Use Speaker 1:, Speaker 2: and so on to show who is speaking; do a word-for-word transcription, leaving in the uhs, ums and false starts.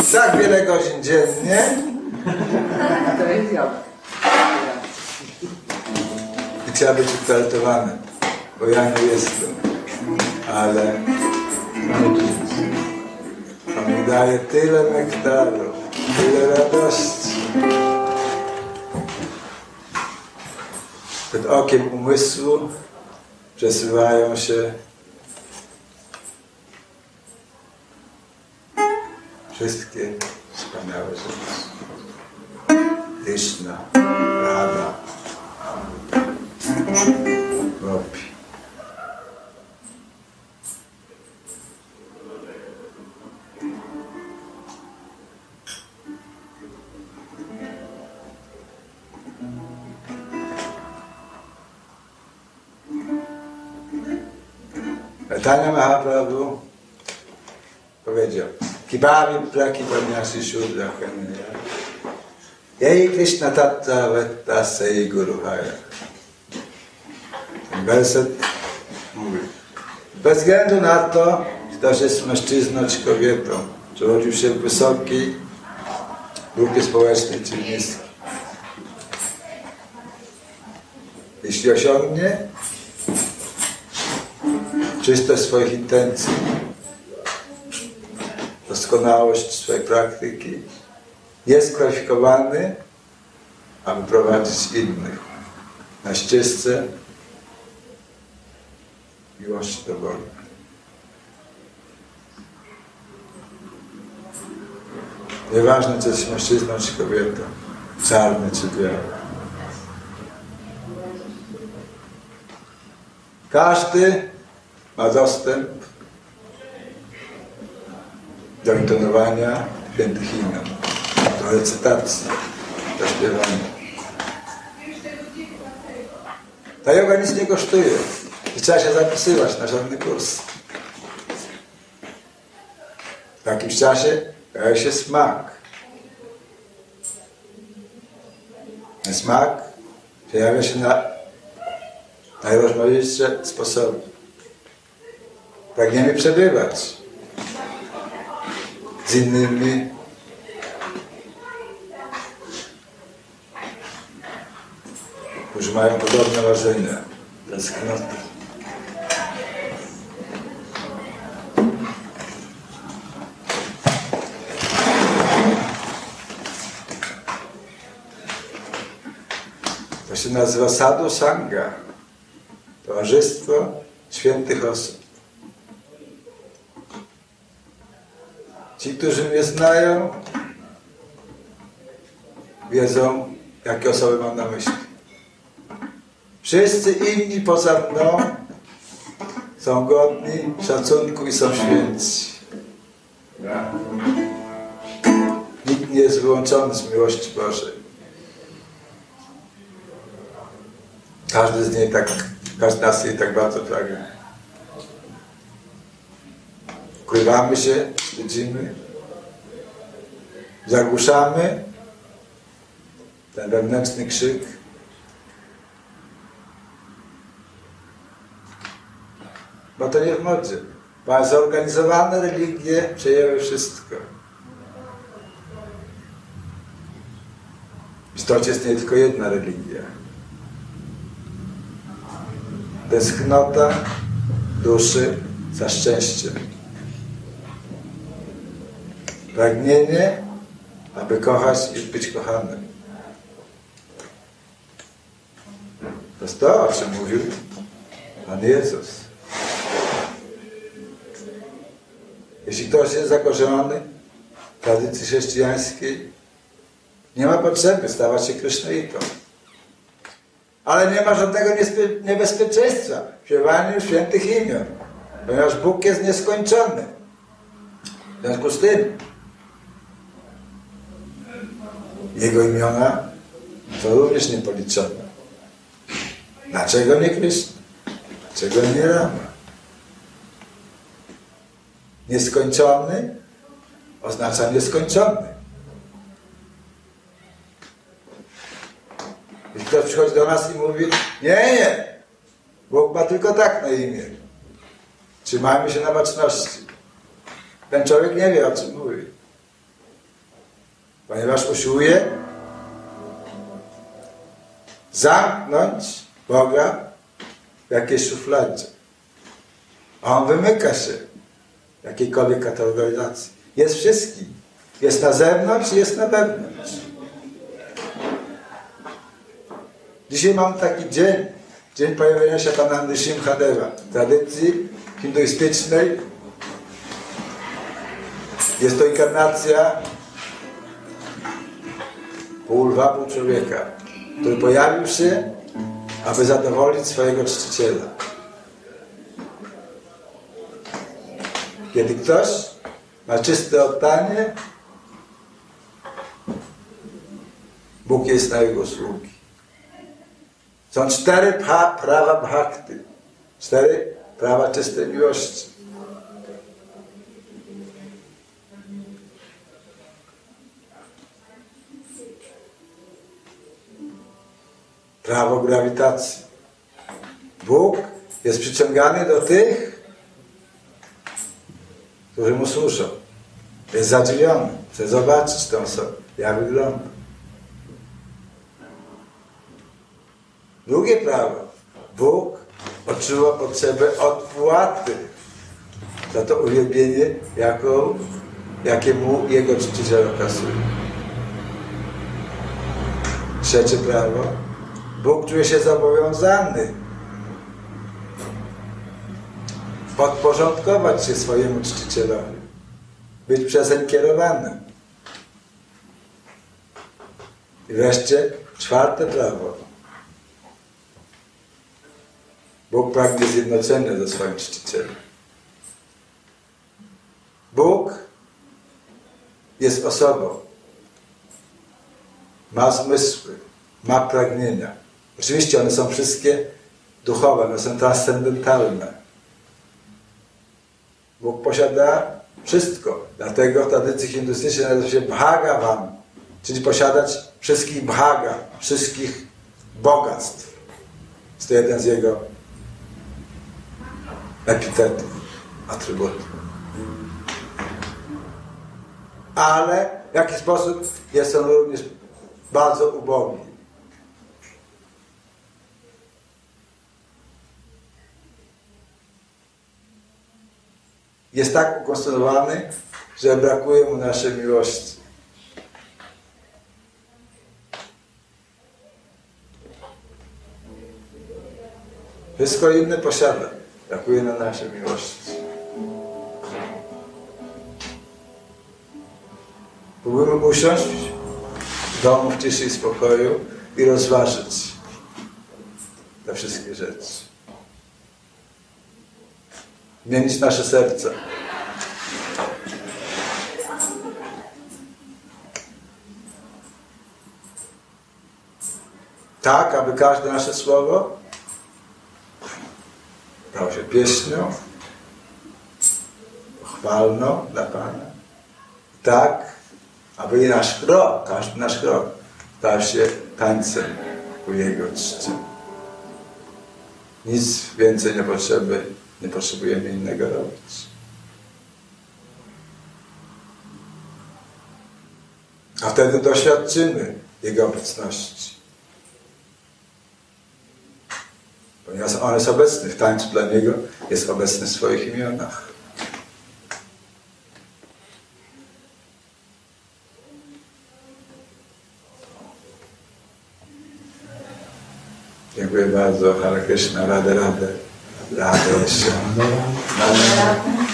Speaker 1: tak wiele godzin dziennie.
Speaker 2: To jest joga.
Speaker 1: I trzeba być ukształtowanym, bo ja nie jestem, ale to mi daje tyle nektaru, tyle radości. Przed okiem umysłu przesuwają się wszystkie wspaniałe rzeczy. Krishna, Radha, Gopi. Chaitanya Mahaprabhu powiedział: Kibhavi prakibhanyasi shudra kanya Jai Krishna tattva vetta sei guru haya. Ten werset mówi: bez względu na to, czy ktoś jest mężczyzną czy kobietą, czy urodził się w wysokiej grupie społecznej czy niskiej, jeśli osiągnie czystość swoich intencji, doskonałość swojej praktyki, jest kwalifikowany, aby prowadzić innych na ścieżce miłości do Boga. Nieważne, czy jest mężczyzną czy kobietą, czarny czy biały. Każdy ma dostęp do intonowania świętych imion, do recytacji, do śpiewania. Ta joga nic nie kosztuje. Nie trzeba się zapisywać na żadny kurs. W jakimś czasie pojawia się smak. Ten smak przejawia się na najrozmaitsze sposoby. Pragniemy przebywać z innymi, którzy mają podobne marzenia, tęsknoty. To się nazywa sadhu sangha, towarzystwo świętych osób. Ci, którzy mnie znają, wiedzą, jakie osoby mam na myśli. Wszyscy inni poza mną są godni szacunku i są święci. Nikt nie jest wyłączony z miłości Bożej. Każdy z niej tak, każdy nas jej tak bardzo pragnie. Ukrywamy się, wstydzimy, zagłuszamy ten wewnętrzny krzyk. Bo to nie w modzie. Bo zorganizowane religie przejęły wszystko. W istocie jest nie tylko jedna religia. Tęsknota duszy za szczęściem. Pragnienie, aby kochać i być kochanym. To jest to, o czym mówił Pan Jezus. Jeśli ktoś jest zakorzeniony w tradycji chrześcijańskiej, nie ma potrzeby stawać się krysznoitą. Ale nie ma żadnego niebezpieczeństwa w śpiewaniu świętych imion, ponieważ Bóg jest nieskończony. W związku z tym Jego imiona są również niepoliczone. Dlaczego nie Kryszna? Dlaczego nie Rama? Nieskończony oznacza nieskończony. Jeśli ktoś przychodzi do nas i mówi: nie, nie, Bóg ma tylko tak na imię. Trzymajmy się na baczności. Ten człowiek nie wie, o czym mówi. ponieważ usiłuje zamknąć Boga w jakiejś szufladzie. A On wymyka się jakiejkolwiek kategoryzacji. Jest wszystkim. Jest na zewnątrz i jest na wewnątrz. Dzisiaj mam taki dzień, dzień pojawienia się Pana Nrsimhadeva. W tradycji hinduistycznej jest to inkarnacja pół lwa, pół człowieka, który pojawił się, aby zadowolić swojego czciciela. Kiedy ktoś ma czyste oddanie, Bóg jest na jego usługi. Są cztery pra- prawa bhakty, cztery prawa czystej miłości. Prawo grawitacji. Bóg jest przyciągany do tych, którzy Mu służą. Jest zadziwiony. Chce zobaczyć tę osobę, jak wygląda. Drugie prawo. Bóg odczuwa potrzebę odpłaty za to uwielbienie, jaką, jakie Mu Jego czciciel okazuje. Trzecie prawo. Bóg czuje się zobowiązany podporządkować się swojemu czcicielowi, być przezeń kierowanym. I wreszcie czwarte prawo. Bóg pragnie zjednoczenia ze swoim czcicielem. Bóg jest osobą, ma zmysły, ma pragnienia. Oczywiście one są wszystkie duchowe, one są transcendentalne. Bóg posiada wszystko. Dlatego w tradycji hindustycznej nazywa się Bhagavan, czyli posiadać wszystkich bhaga, wszystkich bogactw. Jest to jeden z jego epitetów, atrybutów. Ale w jaki sposób jest on również bardzo ubogi. Jest tak ukonstruowany, że brakuje mu naszej miłości. Wszystko inne posiada. Brakuje na naszej miłości. Próbujmy usiąść w domu, w ciszy i spokoju i rozważyć te wszystkie rzeczy. Zmienić nasze serca. Tak, aby każde nasze słowo stało się pieśnią chwalną dla Pana. Tak, aby i nasz krok, każdy nasz krok stał się tańcem ku Jego czci. Nic więcej nie potrzeby, nie potrzebujemy innego robić. A wtedy doświadczymy Jego obecności. Ponieważ On jest obecny w tańcu dla Niego, jest obecny w swoich imionach. Dziękuję bardzo. Hare Krishna, Radhe Radhe. Radhe Krishna.